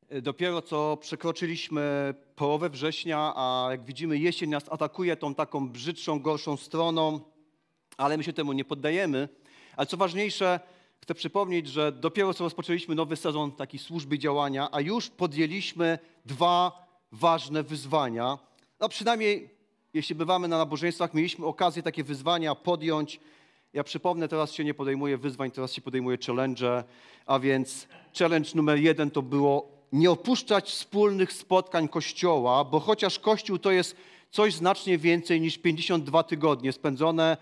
Dopiero co przekroczyliśmy połowę września, a jak widzimy, jesień nas atakuje tą taką brzydszą, gorszą stroną, ale my się temu nie poddajemy. Ale co ważniejsze, chcę przypomnieć, że dopiero co rozpoczęliśmy nowy sezon takiej służby działania, a już podjęliśmy dwa ważne wyzwania. No przynajmniej, jeśli bywamy na nabożeństwach, mieliśmy okazję takie wyzwania podjąć. Ja przypomnę, teraz się nie podejmuję wyzwań, teraz się podejmuję challenge, a więc challenge numer 1 to było nie opuszczać wspólnych spotkań Kościoła, bo chociaż Kościół to jest coś znacznie więcej niż 52 tygodnie spędzone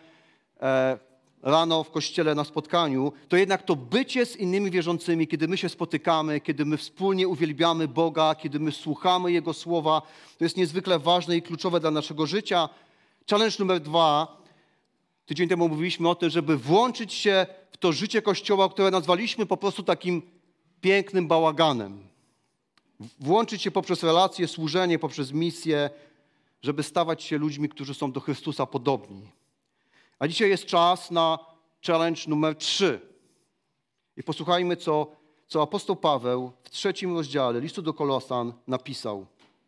rano w Kościele na spotkaniu, to jednak to bycie z innymi wierzącymi, kiedy my się spotykamy, kiedy my wspólnie uwielbiamy Boga, kiedy my słuchamy Jego Słowa, to jest niezwykle ważne i kluczowe dla naszego życia. Challenge numer 2. Tydzień temu mówiliśmy o tym, żeby włączyć się w to życie Kościoła, które nazwaliśmy po prostu takim pięknym bałaganem. Włączyć się poprzez relacje, służenie, poprzez misję, żeby stawać się ludźmi, którzy są do Chrystusa podobni. A dzisiaj jest czas na challenge numer 3. I posłuchajmy, co apostoł Paweł w 3 rozdziale listu do Kolosan napisał.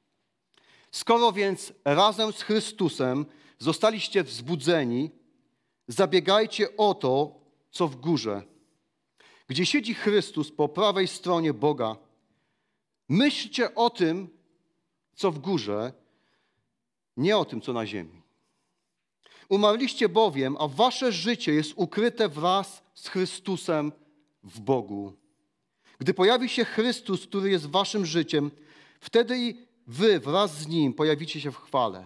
Skoro więc razem z Chrystusem zostaliście wzbudzeni, zabiegajcie o to, co w górze, gdzie siedzi Chrystus po prawej stronie Boga. Myślcie o tym, co w górze, nie o tym, co na ziemi. Umarliście bowiem, a wasze życie jest ukryte wraz z Chrystusem w Bogu. Gdy pojawi się Chrystus, który jest waszym życiem, wtedy i wy wraz z Nim pojawicie się w chwale.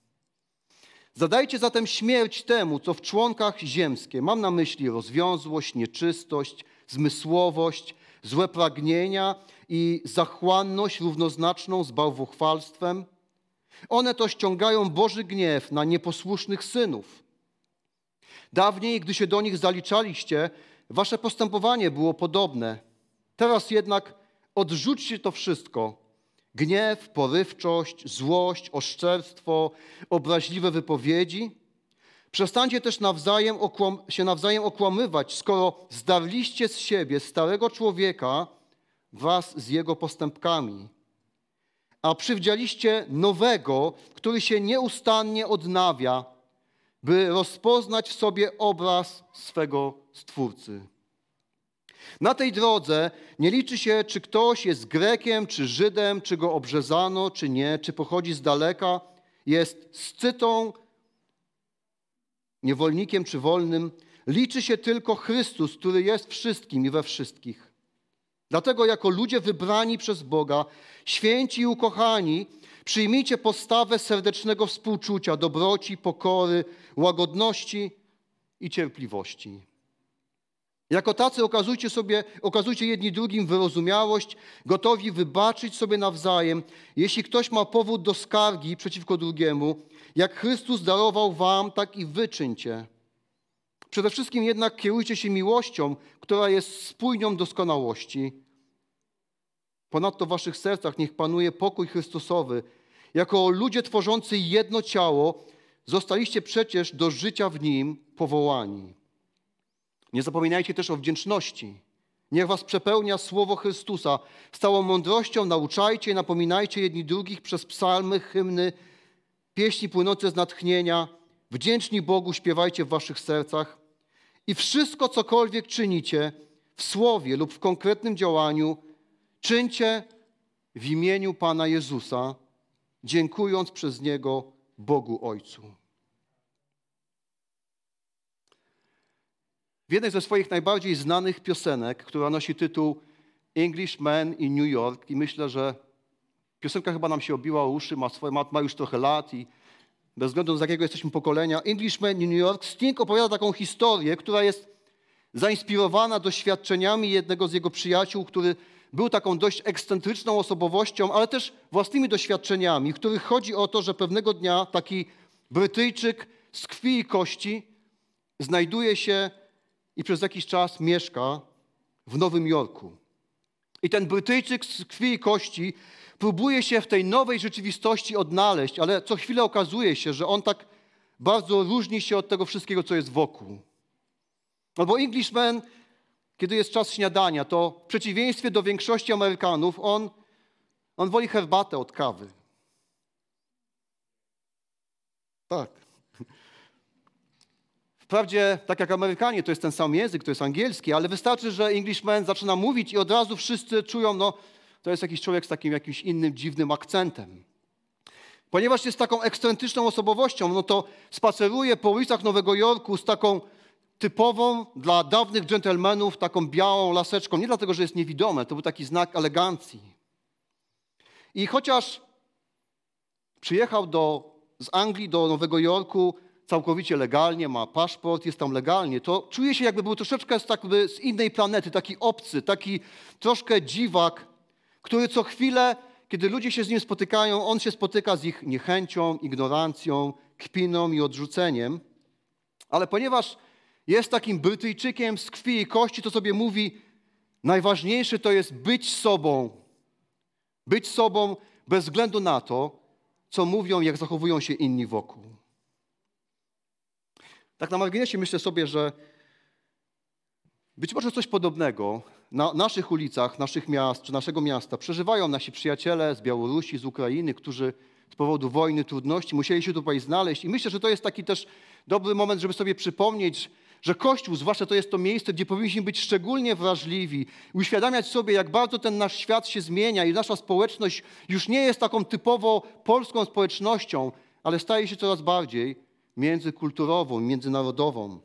Zadajcie zatem śmierć temu, co w członkach ziemskie. Mam na myśli rozwiązłość, nieczystość, zmysłowość, złe pragnienia i zachłanność równoznaczną z bałwochwalstwem. One to ściągają Boży gniew na nieposłusznych synów. Dawniej, gdy się do nich zaliczaliście, wasze postępowanie było podobne. Teraz jednak odrzućcie to wszystko. Gniew, porywczość, złość, oszczerstwo, obraźliwe wypowiedzi. Przestańcie też się nawzajem okłamywać, skoro zdarliście z siebie starego człowieka wraz z jego postępkami, a przywdzialiście nowego, który się nieustannie odnawia, by rozpoznać w sobie obraz swego Stwórcy. Na tej drodze nie liczy się, czy ktoś jest Grekiem, czy Żydem, czy go obrzezano, czy nie, czy pochodzi z daleka, jest scytą, niewolnikiem czy wolnym. Liczy się tylko Chrystus, który jest wszystkim i we wszystkich. Dlatego jako ludzie wybrani przez Boga, święci i ukochani, przyjmijcie postawę serdecznego współczucia, dobroci, pokory, łagodności i cierpliwości. Jako tacy okazujcie jedni drugim wyrozumiałość, gotowi wybaczyć sobie nawzajem, jeśli ktoś ma powód do skargi przeciwko drugiemu. Jak Chrystus darował wam, tak i wy czyńcie. Przede wszystkim jednak kierujcie się miłością, która jest spójnią doskonałości. Ponadto w waszych sercach niech panuje pokój Chrystusowy. Jako ludzie tworzący jedno ciało, zostaliście przecież do życia w nim powołani. Nie zapominajcie też o wdzięczności. Niech was przepełnia słowo Chrystusa. Z całą mądrością nauczajcie i napominajcie jedni drugich przez psalmy, hymny, pieśni płynące z natchnienia. Wdzięczni Bogu śpiewajcie w waszych sercach. I wszystko, cokolwiek czynicie, w słowie lub w konkretnym działaniu, czyńcie w imieniu Pana Jezusa, dziękując przez Niego Bogu Ojcu. W jednej ze swoich najbardziej znanych piosenek, która nosi tytuł Englishman in New York, i myślę, że piosenka chyba nam się obiła o uszy, ma już trochę lat i bez względu na z jakiego jesteśmy pokolenia, Englishman in New York, Sting opowiada taką historię, która jest zainspirowana doświadczeniami jednego z jego przyjaciół, który był taką dość ekscentryczną osobowością, ale też własnymi doświadczeniami, w których chodzi o to, że pewnego dnia taki Brytyjczyk z krwi i kości znajduje się i przez jakiś czas mieszka w Nowym Jorku. I ten Brytyjczyk z krwi i kości próbuje się w tej nowej rzeczywistości odnaleźć, ale co chwilę okazuje się, że on tak bardzo różni się od tego wszystkiego, co jest wokół. Albo Englishman, kiedy jest czas śniadania, to w przeciwieństwie do większości Amerykanów, on On woli herbatę od kawy. Tak. Wprawdzie, tak jak Amerykanie, to jest ten sam język, to jest angielski, ale wystarczy, że Englishman zaczyna mówić i od razu wszyscy czują, no, to jest jakiś człowiek z takim jakimś innym, dziwnym akcentem. Ponieważ jest taką ekscentryczną osobowością, no to spaceruje po ulicach Nowego Jorku z taką typową dla dawnych dżentelmenów, taką białą laseczką. Nie dlatego, że jest niewidome, to był taki znak elegancji. I chociaż przyjechał z Anglii do Nowego Jorku całkowicie legalnie, ma paszport, jest tam legalnie, to czuje się, jakby był troszeczkę z innej planety, taki obcy, taki troszkę dziwak, który co chwilę, kiedy ludzie się z nim spotykają, on się spotyka z ich niechęcią, ignorancją, kpiną i odrzuceniem. Ale ponieważ jest takim Brytyjczykiem z krwi i kości, to sobie mówi, najważniejsze to jest być sobą. Być sobą bez względu na to, co mówią, jak zachowują się inni wokół. Tak na marginesie myślę sobie, że być może coś podobnego na naszych ulicach, naszych miast czy naszego miasta przeżywają nasi przyjaciele z Białorusi, z Ukrainy, którzy z powodu wojny, trudności musieli się tutaj znaleźć. I myślę, że to jest taki też dobry moment, żeby sobie przypomnieć, że Kościół, zwłaszcza to jest to miejsce, gdzie powinniśmy być szczególnie wrażliwi i uświadamiać sobie, jak bardzo ten nasz świat się zmienia i nasza społeczność już nie jest taką typowo polską społecznością, ale staje się coraz bardziej międzykulturową, międzynarodową.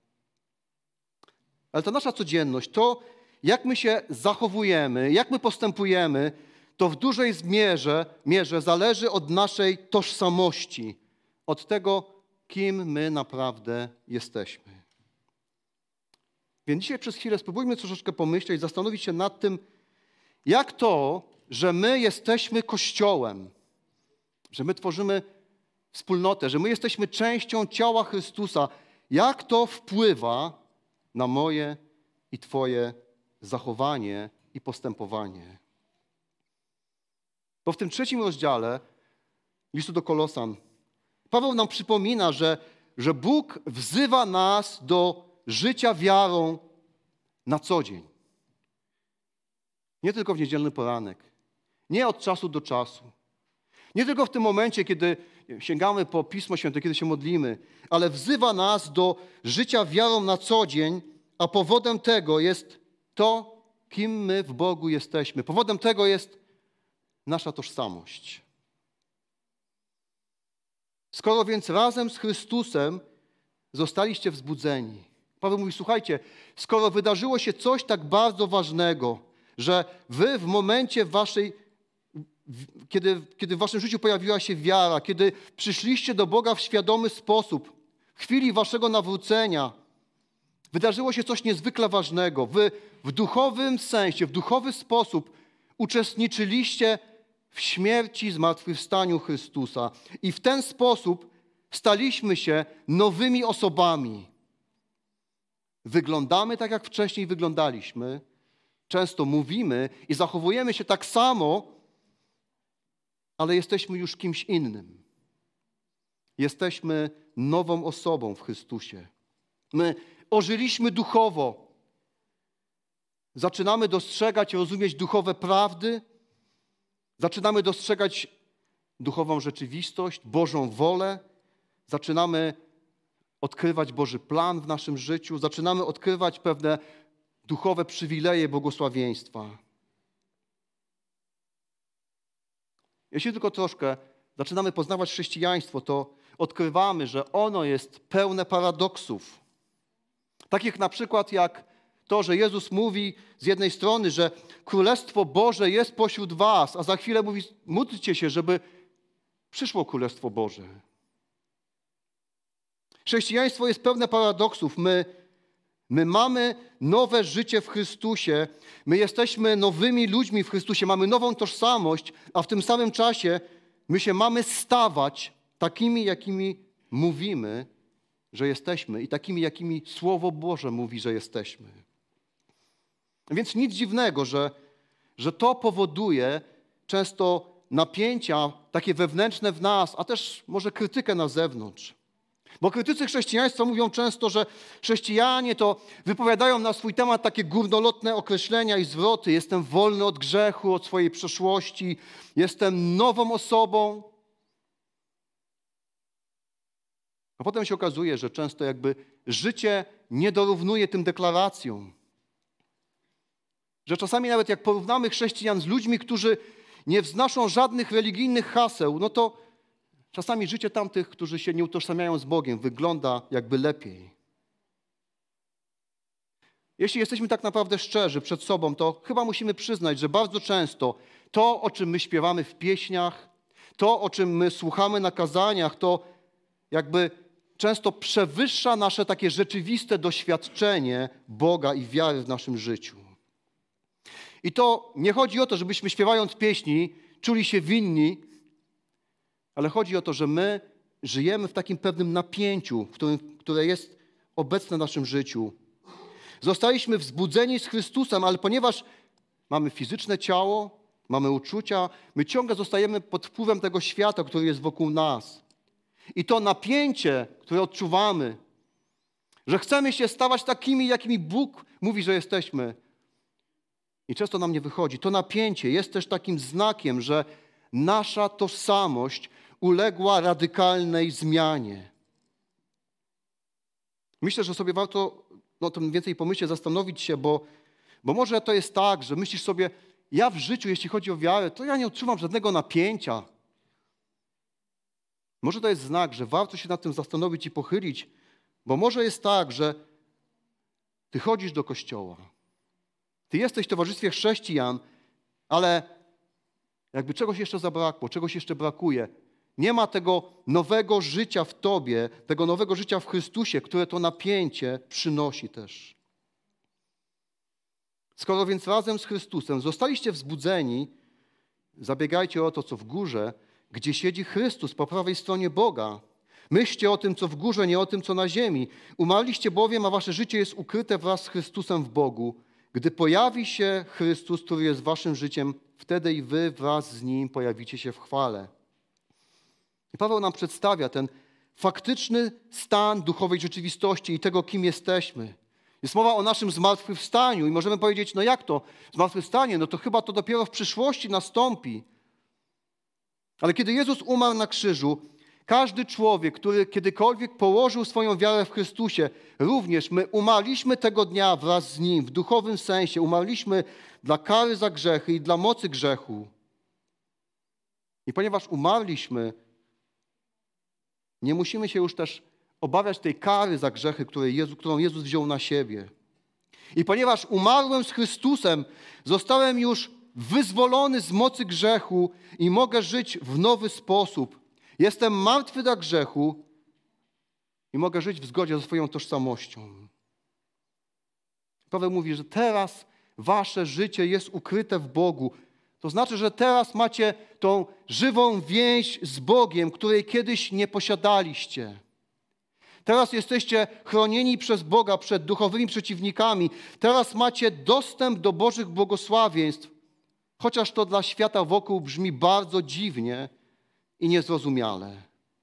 Ale ta nasza codzienność, to jak my się zachowujemy, jak my postępujemy, to w dużej mierze zależy od naszej tożsamości, od tego, kim my naprawdę jesteśmy. Więc dzisiaj przez chwilę spróbujmy troszeczkę pomyśleć, zastanowić się nad tym, jak to, że my jesteśmy Kościołem, że my tworzymy wspólnotę, że my jesteśmy częścią ciała Chrystusa, jak to wpływa na moje i Twoje zachowanie i postępowanie. Bo w tym 3 rozdziale listu do Kolosan Paweł nam przypomina, że Bóg wzywa nas do życia wiarą na co dzień. Nie tylko w niedzielny poranek, nie od czasu do czasu, nie tylko w tym momencie, kiedy sięgamy po Pismo Święte, kiedy się modlimy, ale wzywa nas do życia wiarą na co dzień, a powodem tego jest to, kim my w Bogu jesteśmy. Powodem tego jest nasza tożsamość. Skoro więc razem z Chrystusem zostaliście wzbudzeni. Paweł mówi, słuchajcie, skoro wydarzyło się coś tak bardzo ważnego, że wy w momencie kiedy w waszym życiu pojawiła się wiara, kiedy przyszliście do Boga w świadomy sposób, w chwili waszego nawrócenia, wydarzyło się coś niezwykle ważnego. Wy w duchowym sensie, w duchowy sposób uczestniczyliście w śmierci, zmartwychwstaniu Chrystusa. I w ten sposób staliśmy się nowymi osobami. Wyglądamy tak, jak wcześniej wyglądaliśmy. Często mówimy i zachowujemy się tak samo, ale jesteśmy już kimś innym. Jesteśmy nową osobą w Chrystusie. My ożyliśmy duchowo. Zaczynamy dostrzegać, rozumieć duchowe prawdy. Zaczynamy dostrzegać duchową rzeczywistość, Bożą wolę. Zaczynamy odkrywać Boży plan w naszym życiu. Zaczynamy odkrywać pewne duchowe przywileje błogosławieństwa. Jeśli tylko troszkę zaczynamy poznawać chrześcijaństwo, to odkrywamy, że ono jest pełne paradoksów. Takich na przykład jak to, że Jezus mówi z jednej strony, że Królestwo Boże jest pośród was, a za chwilę mówi, módlcie się, żeby przyszło Królestwo Boże. Chrześcijaństwo jest pełne paradoksów. My mamy nowe życie w Chrystusie, my jesteśmy nowymi ludźmi w Chrystusie, mamy nową tożsamość, a w tym samym czasie my się mamy stawać takimi, jakimi mówimy, że jesteśmy i takimi, jakimi Słowo Boże mówi, że jesteśmy. Więc nic dziwnego, że to powoduje często napięcia takie wewnętrzne w nas, a też może krytykę na zewnątrz. Bo krytycy chrześcijaństwa mówią często, że chrześcijanie to wypowiadają na swój temat takie górnolotne określenia i zwroty. Jestem wolny od grzechu, od swojej przeszłości, jestem nową osobą. A potem się okazuje, że często jakby życie nie dorównuje tym deklaracjom. Że czasami nawet jak porównamy chrześcijan z ludźmi, którzy nie wznoszą żadnych religijnych haseł, no to czasami życie tamtych, którzy się nie utożsamiają z Bogiem, wygląda jakby lepiej. Jeśli jesteśmy tak naprawdę szczerzy przed sobą, to chyba musimy przyznać, że bardzo często to, o czym my śpiewamy w pieśniach, to, o czym my słuchamy na kazaniach, to jakby często przewyższa nasze takie rzeczywiste doświadczenie Boga i wiary w naszym życiu. I to nie chodzi o to, żebyśmy śpiewając pieśni czuli się winni, ale chodzi o to, że my żyjemy w takim pewnym napięciu, które jest obecne w naszym życiu. Zostaliśmy wzbudzeni z Chrystusem, ale ponieważ mamy fizyczne ciało, mamy uczucia, my ciągle zostajemy pod wpływem tego świata, który jest wokół nas. I to napięcie, które odczuwamy, że chcemy się stawać takimi, jakimi Bóg mówi, że jesteśmy. I często nam nie wychodzi. To napięcie jest też takim znakiem, że nasza tożsamość uległa radykalnej zmianie. Myślę, że sobie warto o tym więcej pomyśleć, zastanowić się, bo może to jest tak, że myślisz sobie, ja w życiu, jeśli chodzi o wiarę, to ja nie odczuwam żadnego napięcia. Może to jest znak, że warto się nad tym zastanowić i pochylić, bo może jest tak, że ty chodzisz do kościoła, ty jesteś w towarzystwie chrześcijan, ale jakby czegoś jeszcze zabrakło, czegoś jeszcze brakuje. Nie ma tego nowego życia w tobie, tego nowego życia w Chrystusie, które to napięcie przynosi też. Skoro więc razem z Chrystusem zostaliście wzbudzeni, zabiegajcie o to, co w górze, gdzie siedzi Chrystus po prawej stronie Boga. Myślcie o tym, co w górze, nie o tym, co na ziemi. Umarliście bowiem, a wasze życie jest ukryte wraz z Chrystusem w Bogu. Gdy pojawi się Chrystus, który jest waszym życiem, wtedy i wy wraz z Nim pojawicie się w chwale. I Paweł nam przedstawia ten faktyczny stan duchowej rzeczywistości i tego, kim jesteśmy. Jest mowa o naszym zmartwychwstaniu i możemy powiedzieć, no jak to zmartwychwstanie? No to chyba to dopiero w przyszłości nastąpi. Ale kiedy Jezus umarł na krzyżu, każdy człowiek, który kiedykolwiek położył swoją wiarę w Chrystusie, również my umarliśmy tego dnia wraz z Nim, w duchowym sensie. Umarliśmy dla kary za grzechy i dla mocy grzechu. I ponieważ umarliśmy, nie musimy się już też obawiać tej kary za grzechy, którą Jezus wziął na siebie. I ponieważ umarłem z Chrystusem, zostałem już wyzwolony z mocy grzechu i mogę żyć w nowy sposób. Jestem martwy dla grzechu i mogę żyć w zgodzie ze swoją tożsamością. Paweł mówi, że teraz wasze życie jest ukryte w Bogu. To znaczy, że teraz macie tą żywą więź z Bogiem, której kiedyś nie posiadaliście. Teraz jesteście chronieni przez Boga przed duchowymi przeciwnikami. Teraz macie dostęp do Bożych błogosławieństw, chociaż to dla świata wokół brzmi bardzo dziwnie i niezrozumiale.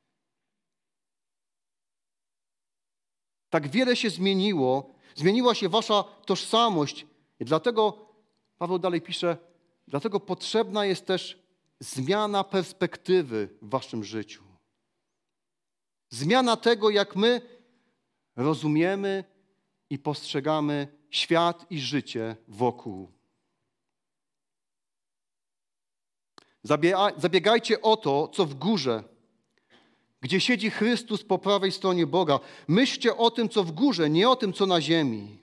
Tak wiele się zmieniło, zmieniła się wasza tożsamość i dlatego, Paweł dalej pisze, dlatego potrzebna jest też zmiana perspektywy w waszym życiu. Zmiana tego, jak my rozumiemy i postrzegamy świat i życie wokół. Zabiegajcie o to, co w górze, gdzie siedzi Chrystus po prawej stronie Boga. Myślcie o tym, co w górze, nie o tym, co na ziemi.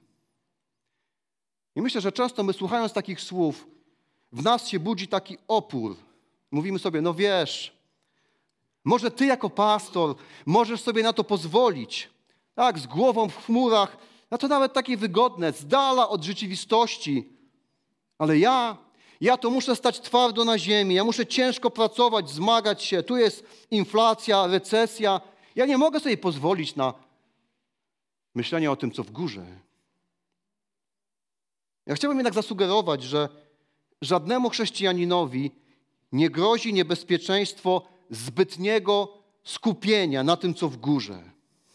I myślę, że często my słuchając takich słów, w nas się budzi taki opór. Mówimy sobie, no wiesz, może ty jako pastor możesz sobie na to pozwolić. Tak, z głową w chmurach, na to nawet takie wygodne, z dala od rzeczywistości. Ale ja to muszę stać twardo na ziemi, ja muszę ciężko pracować, zmagać się. Tu jest inflacja, recesja. Ja nie mogę sobie pozwolić na myślenie o tym, co w górze. Ja chciałbym jednak zasugerować, że żadnemu chrześcijaninowi nie grozi niebezpieczeństwo zbytniego skupienia na tym, co w górze.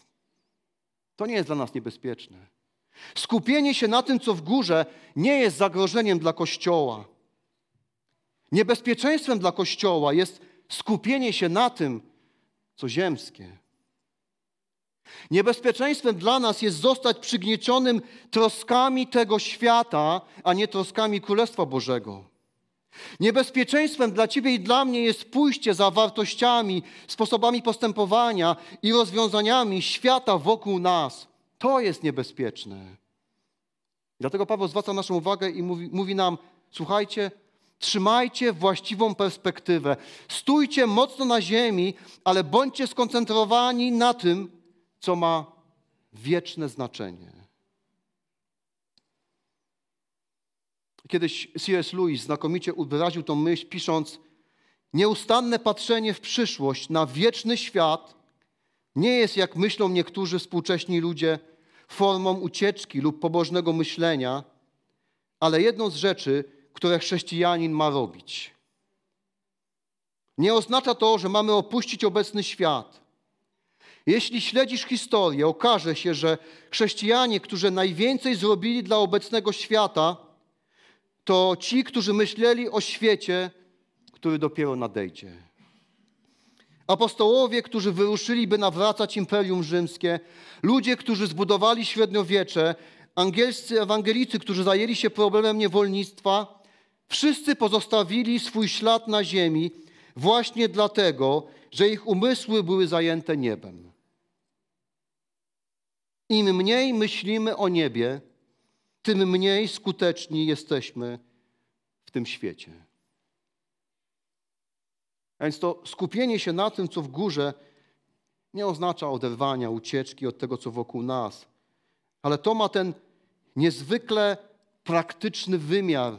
To nie jest dla nas niebezpieczne. Skupienie się na tym, co w górze, nie jest zagrożeniem dla Kościoła. Niebezpieczeństwem dla Kościoła jest skupienie się na tym, co ziemskie. Niebezpieczeństwem dla nas jest zostać przygniecionym troskami tego świata, a nie troskami Królestwa Bożego. Niebezpieczeństwem dla ciebie i dla mnie jest pójście za wartościami, sposobami postępowania i rozwiązaniami świata wokół nas. To jest niebezpieczne. Dlatego Paweł zwraca naszą uwagę i mówi nam, słuchajcie, trzymajcie właściwą perspektywę. Stójcie mocno na ziemi, ale bądźcie skoncentrowani na tym, co ma wieczne znaczenie. Kiedyś C.S. Lewis znakomicie wyraził tą myśl, pisząc: nieustanne patrzenie w przyszłość na wieczny świat nie jest, jak myślą niektórzy współcześni ludzie, formą ucieczki lub pobożnego myślenia, ale jedną z rzeczy, które chrześcijanin ma robić. Nie oznacza to, że mamy opuścić obecny świat. Jeśli śledzisz historię, okaże się, że chrześcijanie, którzy najwięcej zrobili dla obecnego świata, to ci, którzy myśleli o świecie, który dopiero nadejdzie. Apostołowie, którzy wyruszyli, by nawracać Imperium Rzymskie, ludzie, którzy zbudowali średniowiecze, angielscy ewangelicy, którzy zajęli się problemem niewolnictwa, wszyscy pozostawili swój ślad na ziemi właśnie dlatego, że ich umysły były zajęte niebem. Im mniej myślimy o niebie, tym mniej skuteczni jesteśmy w tym świecie. A więc to skupienie się na tym, co w górze, nie oznacza oderwania, ucieczki od tego, co wokół nas. Ale to ma ten niezwykle praktyczny wymiar.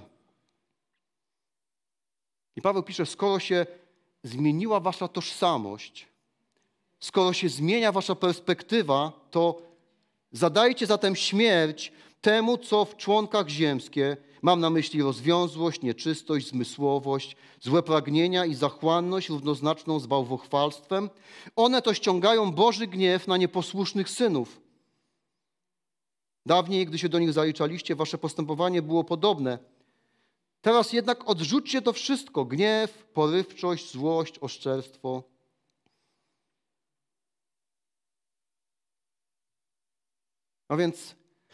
I Paweł pisze, skoro się zmieniła wasza tożsamość, skoro się zmienia wasza perspektywa, to zadajcie zatem śmierć temu, co w członkach ziemskie. Mam na myśli rozwiązłość, nieczystość, zmysłowość, złe pragnienia i zachłanność równoznaczną z bałwochwalstwem. One to ściągają Boży gniew na nieposłusznych synów. Dawniej, gdy się do nich zaliczaliście, wasze postępowanie było podobne. Teraz jednak odrzućcie to wszystko. Gniew, porywczość, złość, oszczerstwo. A więc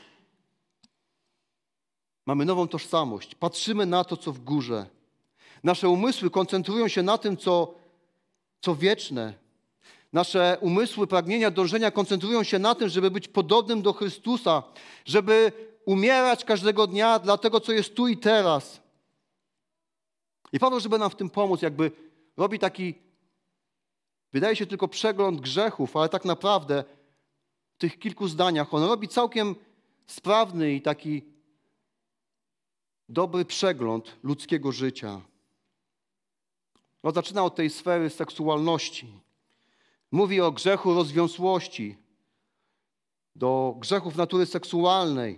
mamy nową tożsamość. Patrzymy na to, co w górze. Nasze umysły koncentrują się na tym, co wieczne. Nasze umysły, pragnienia, dążenia koncentrują się na tym, żeby być podobnym do Chrystusa, żeby umierać każdego dnia dla tego, co jest tu i teraz. I Paweł, żeby nam w tym pomóc, jakby robi taki, wydaje się tylko przegląd grzechów, ale tak naprawdę w tych kilku zdaniach on robi całkiem sprawny i taki dobry przegląd ludzkiego życia. On zaczyna od tej sfery seksualności. Mówi o grzechu rozwiązłości, do grzechów natury seksualnej.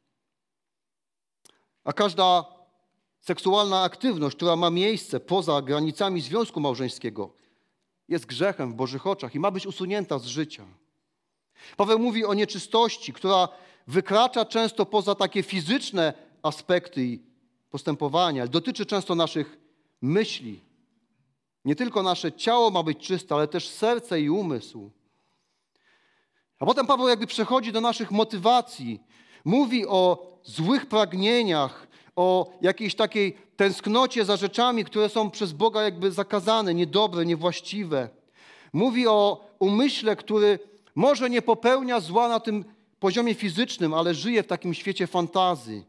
A każda seksualna aktywność, która ma miejsce poza granicami związku małżeńskiego, jest grzechem w Bożych oczach i ma być usunięta z życia. Paweł mówi o nieczystości, która wykracza często poza takie fizyczne aspekty i postępowania. Dotyczy często naszych myśli. Nie tylko nasze ciało ma być czyste, ale też serce i umysł. A potem Paweł jakby przechodzi do naszych motywacji. Mówi o złych pragnieniach, o jakiejś takiej tęsknocie za rzeczami, które są przez Boga jakby zakazane, niedobre, niewłaściwe. Mówi o umyśle, który może nie popełnia zła na tym poziomie fizycznym, ale żyje w takim świecie fantazji.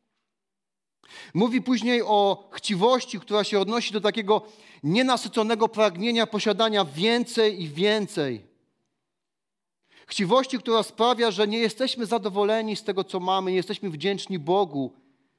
Mówi później o chciwości, która się odnosi do takiego nienasyconego pragnienia posiadania więcej i więcej. Chciwości, która sprawia, że nie jesteśmy zadowoleni z tego, co mamy, nie jesteśmy wdzięczni Bogu.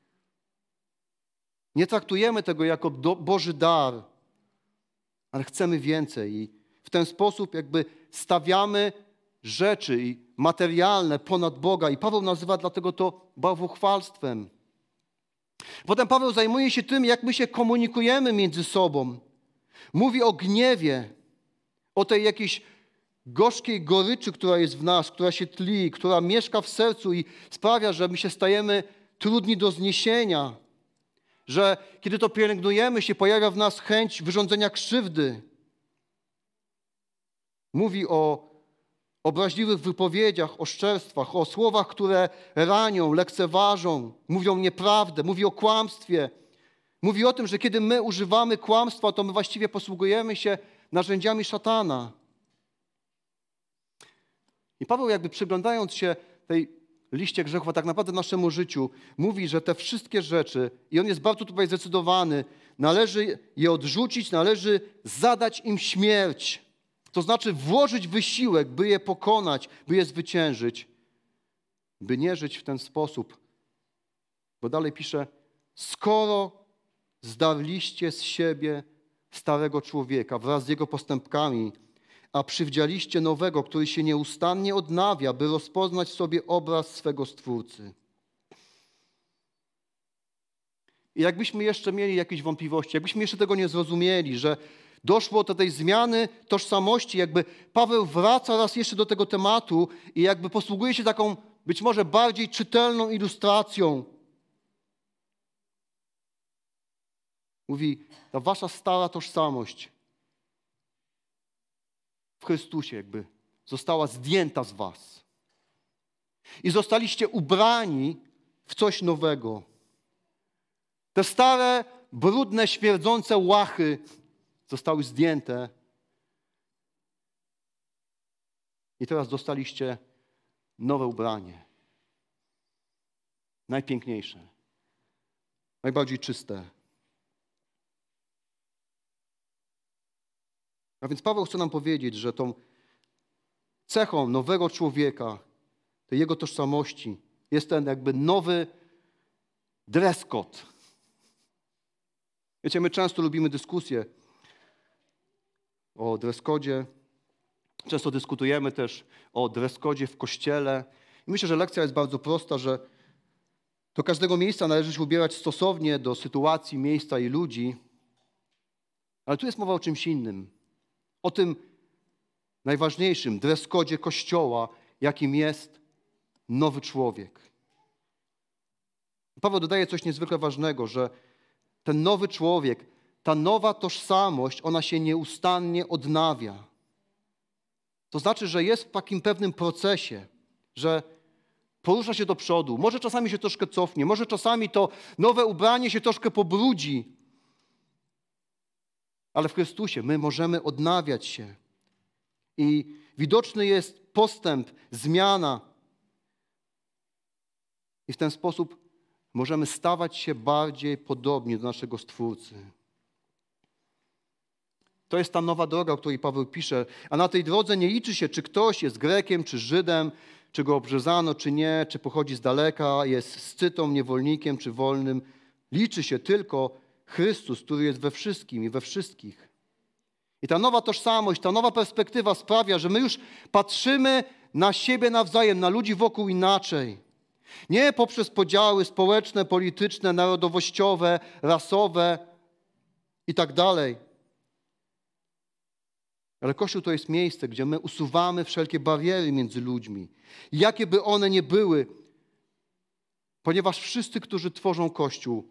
Nie traktujemy tego jako Boży dar, ale chcemy więcej i w ten sposób jakby stawiamy rzeczy i materialne ponad Boga i Paweł nazywa dlatego to bałwochwalstwem. Potem Paweł zajmuje się tym, jak my się komunikujemy między sobą. Mówi o gniewie, o tej jakiejś gorzkiej goryczy, która jest w nas, która się tli, która mieszka w sercu i sprawia, że my się stajemy trudni do zniesienia, że kiedy to pielęgnujemy, się pojawia w nas chęć wyrządzenia krzywdy. Mówi o obraźliwych wypowiedziach, oszczerstwach, o słowach, które ranią, lekceważą, mówią nieprawdę, mówi o kłamstwie. Mówi o tym, że kiedy my używamy kłamstwa, to my właściwie posługujemy się narzędziami szatana. I Paweł, jakby przyglądając się tej liście grzechów, a tak naprawdę naszemu życiu, mówi, że te wszystkie rzeczy, i on jest bardzo tutaj zdecydowany, należy je odrzucić, należy zadać im śmierć. To znaczy włożyć wysiłek, by je pokonać, by je zwyciężyć, by nie żyć w ten sposób. Bo dalej pisze, skoro zdarliście z siebie starego człowieka wraz z jego postępkami, a przywdzialiście nowego, który się nieustannie odnawia, by rozpoznać w sobie obraz swego Stwórcy. I jakbyśmy jeszcze mieli jakieś wątpliwości, jakbyśmy jeszcze tego nie zrozumieli, że doszło do tej zmiany tożsamości, jakby Paweł wraca raz jeszcze do tego tematu i jakby posługuje się taką być może bardziej czytelną ilustracją. Mówi, ta wasza stara tożsamość w Chrystusie jakby została zdjęta z was. I zostaliście ubrani w coś nowego. Te stare, brudne, śmierdzące łachy zostały zdjęte. I teraz dostaliście nowe ubranie. Najpiękniejsze. Najbardziej czyste. A więc Paweł chce nam powiedzieć, że tą cechą nowego człowieka, tej jego tożsamości, jest ten jakby nowy dress code. Wiecie, my często lubimy dyskusje o dress codzie. Często dyskutujemy też o dress codzie w kościele. I myślę, że lekcja jest bardzo prosta, że do każdego miejsca należy się ubierać stosownie do sytuacji, miejsca i ludzi. Ale tu jest mowa o czymś innym. O tym najważniejszym dress codzie Kościoła, jakim jest nowy człowiek. Paweł dodaje coś niezwykle ważnego, że ten nowy człowiek, ta nowa tożsamość, ona się nieustannie odnawia. To znaczy, że jest w takim pewnym procesie, że porusza się do przodu. Może czasami się troszkę cofnie, może czasami to nowe ubranie się troszkę pobrudzi. Ale w Chrystusie my możemy odnawiać się. I widoczny jest postęp, zmiana. I w ten sposób możemy stawać się bardziej podobni do naszego Stwórcy. To jest ta nowa droga, o której Paweł pisze. A na tej drodze nie liczy się, czy ktoś jest Grekiem, czy Żydem, czy go obrzezano, czy nie, czy pochodzi z daleka, jest scytą, niewolnikiem, czy wolnym. Liczy się tylko Chrystus, który jest we wszystkim i we wszystkich. I ta nowa tożsamość, ta nowa perspektywa sprawia, że my już patrzymy na siebie nawzajem, na ludzi wokół inaczej. Nie poprzez podziały społeczne, polityczne, narodowościowe, rasowe i tak dalej. Ale Kościół to jest miejsce, gdzie my usuwamy wszelkie bariery między ludźmi. Jakie by one nie były, ponieważ wszyscy, którzy tworzą Kościół,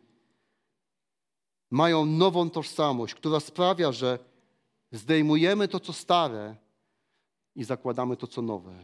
mają nową tożsamość, która sprawia, że zdejmujemy to, co stare i zakładamy to, co nowe.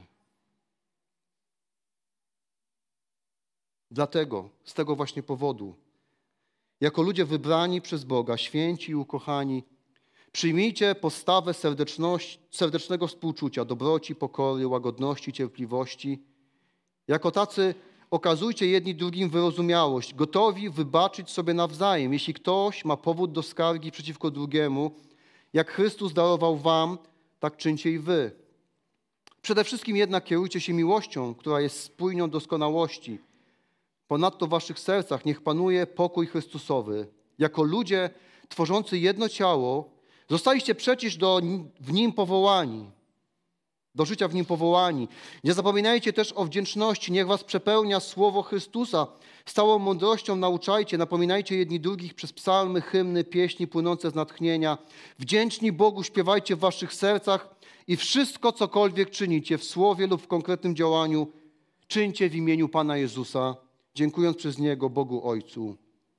Dlatego, z tego właśnie powodu, jako ludzie wybrani przez Boga, święci i ukochani, przyjmijcie postawę serdecznego współczucia, dobroci, pokory, łagodności, cierpliwości. Jako tacy okazujcie jedni drugim wyrozumiałość, gotowi wybaczyć sobie nawzajem. Jeśli ktoś ma powód do skargi przeciwko drugiemu, jak Chrystus darował wam, tak czyńcie i wy. Przede wszystkim jednak kierujcie się miłością, która jest spójnią doskonałości. Ponadto w waszych sercach niech panuje pokój Chrystusowy. Jako ludzie tworzący jedno ciało, zostaliście przecież w nim powołani. do życia w nim powołani. Nie zapominajcie też o wdzięczności. Niech was przepełnia słowo Chrystusa. Z całą mądrością nauczajcie, napominajcie jedni drugich przez psalmy, hymny, pieśni płynące z natchnienia. Wdzięczni Bogu śpiewajcie w waszych sercach i wszystko, cokolwiek czynicie, w słowie lub w konkretnym działaniu, czyńcie w imieniu Pana Jezusa, dziękując przez Niego Bogu Ojcu.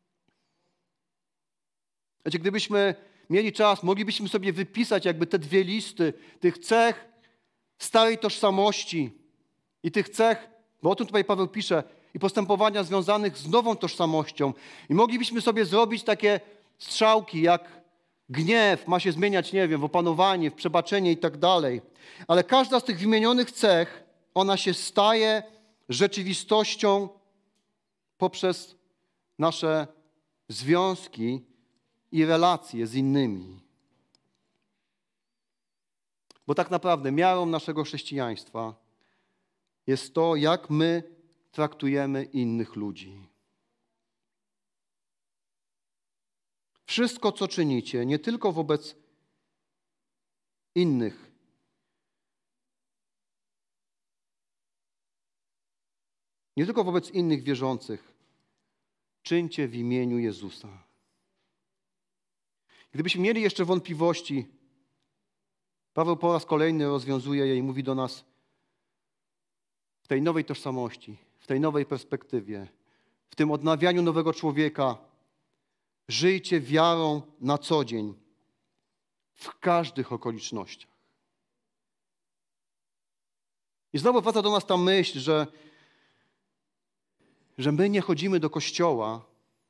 Wiecie, gdybyśmy mieli czas, moglibyśmy sobie wypisać jakby te dwie listy tych cech starej tożsamości i tych cech, bo o tym tutaj Paweł pisze, i postępowania związanych z nową tożsamością. I moglibyśmy sobie zrobić takie strzałki, jak gniew ma się zmieniać, nie wiem, w opanowanie, w przebaczenie i tak dalej. Ale każda z tych wymienionych cech, ona się staje rzeczywistością poprzez nasze związki i relacje z innymi. Bo tak naprawdę miarą naszego chrześcijaństwa jest to, jak my traktujemy innych ludzi. Wszystko, co czynicie, nie tylko wobec innych, nie tylko wobec innych wierzących, czyńcie w imieniu Jezusa. Gdybyśmy mieli jeszcze wątpliwości, Paweł po raz kolejny rozwiązuje je i mówi do nas w tej nowej tożsamości, w tej nowej perspektywie, w tym odnawianiu nowego człowieka. Żyjcie wiarą na co dzień, w każdych okolicznościach. I znowu wraca do nas ta myśl, że my nie chodzimy do kościoła,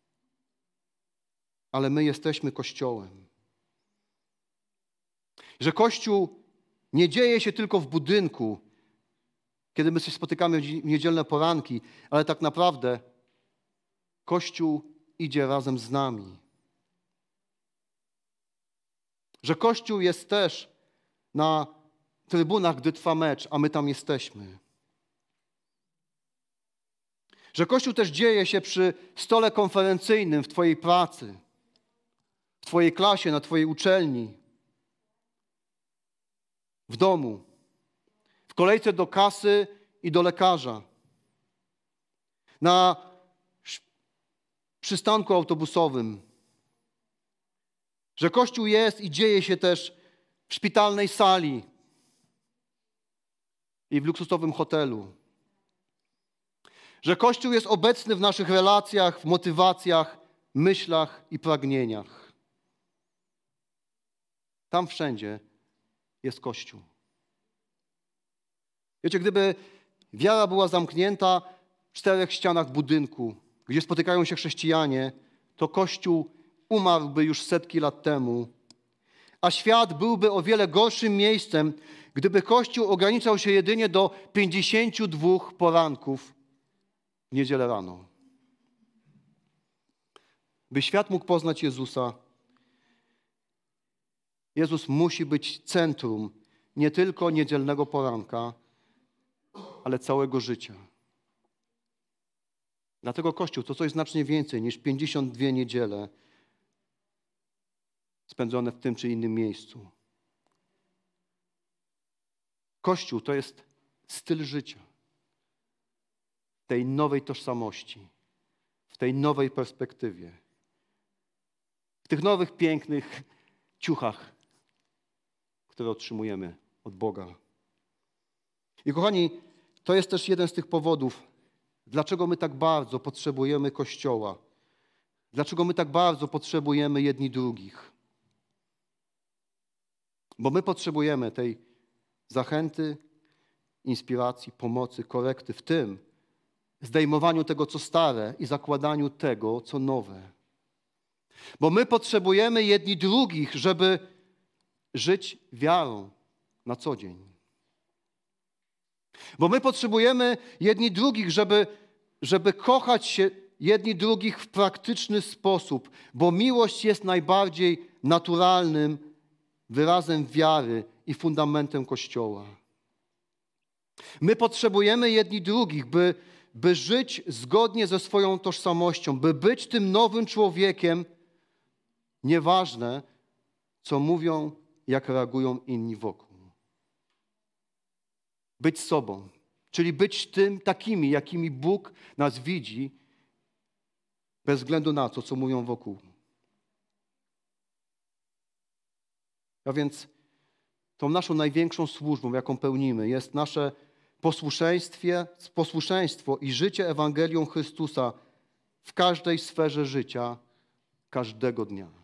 ale my jesteśmy Kościołem. Że Kościół nie dzieje się tylko w budynku, kiedy my się spotykamy w niedzielne poranki, ale tak naprawdę Kościół idzie razem z nami. Że Kościół jest też na trybunach, gdy trwa mecz, a my tam jesteśmy. Że Kościół też dzieje się przy stole konferencyjnym w Twojej pracy, w Twojej klasie, na Twojej uczelni, w domu, w kolejce do kasy i do lekarza, na przystanku autobusowym. Że Kościół jest i dzieje się też w szpitalnej sali i w luksusowym hotelu. Że Kościół jest obecny w naszych relacjach, w motywacjach, myślach i pragnieniach. Tam wszędzie jest Kościół. Wiecie, gdyby wiara była zamknięta w 4 ścianach budynku, gdzie spotykają się chrześcijanie, to Kościół umarłby już setki lat temu, a świat byłby o wiele gorszym miejscem, gdyby Kościół ograniczał się jedynie do 52 poranków w niedzielę rano. By świat mógł poznać Jezusa, Jezus musi być centrum nie tylko niedzielnego poranka, ale całego życia. Dlatego Kościół to coś znacznie więcej niż 52 niedziele spędzone w tym czy innym miejscu. Kościół to jest styl życia w tej nowej tożsamości, w tej nowej perspektywie, w tych nowych, pięknych ciuchach, które otrzymujemy od Boga. I kochani, to jest też jeden z tych powodów, dlaczego my tak bardzo potrzebujemy Kościoła. Dlaczego my tak bardzo potrzebujemy jedni drugich. Bo my potrzebujemy tej zachęty, inspiracji, pomocy, korekty w tym zdejmowaniu tego, co stare i zakładaniu tego, co nowe. Bo my potrzebujemy jedni drugich, żeby żyć wiarą na co dzień. Bo my potrzebujemy jedni drugich, żeby kochać się jedni drugich w praktyczny sposób, bo miłość jest najbardziej naturalnym wyrazem wiary i fundamentem Kościoła. My potrzebujemy jedni drugich, by żyć zgodnie ze swoją tożsamością, by być tym nowym człowiekiem, nieważne, co mówią, jak reagują inni wokół. być sobą, czyli być tym takimi, jakimi Bóg nas widzi, bez względu na to, co mówią wokół. A więc tą naszą największą służbą, jaką pełnimy, jest nasze posłuszeństwo i życie Ewangelią Chrystusa w każdej sferze życia, każdego dnia.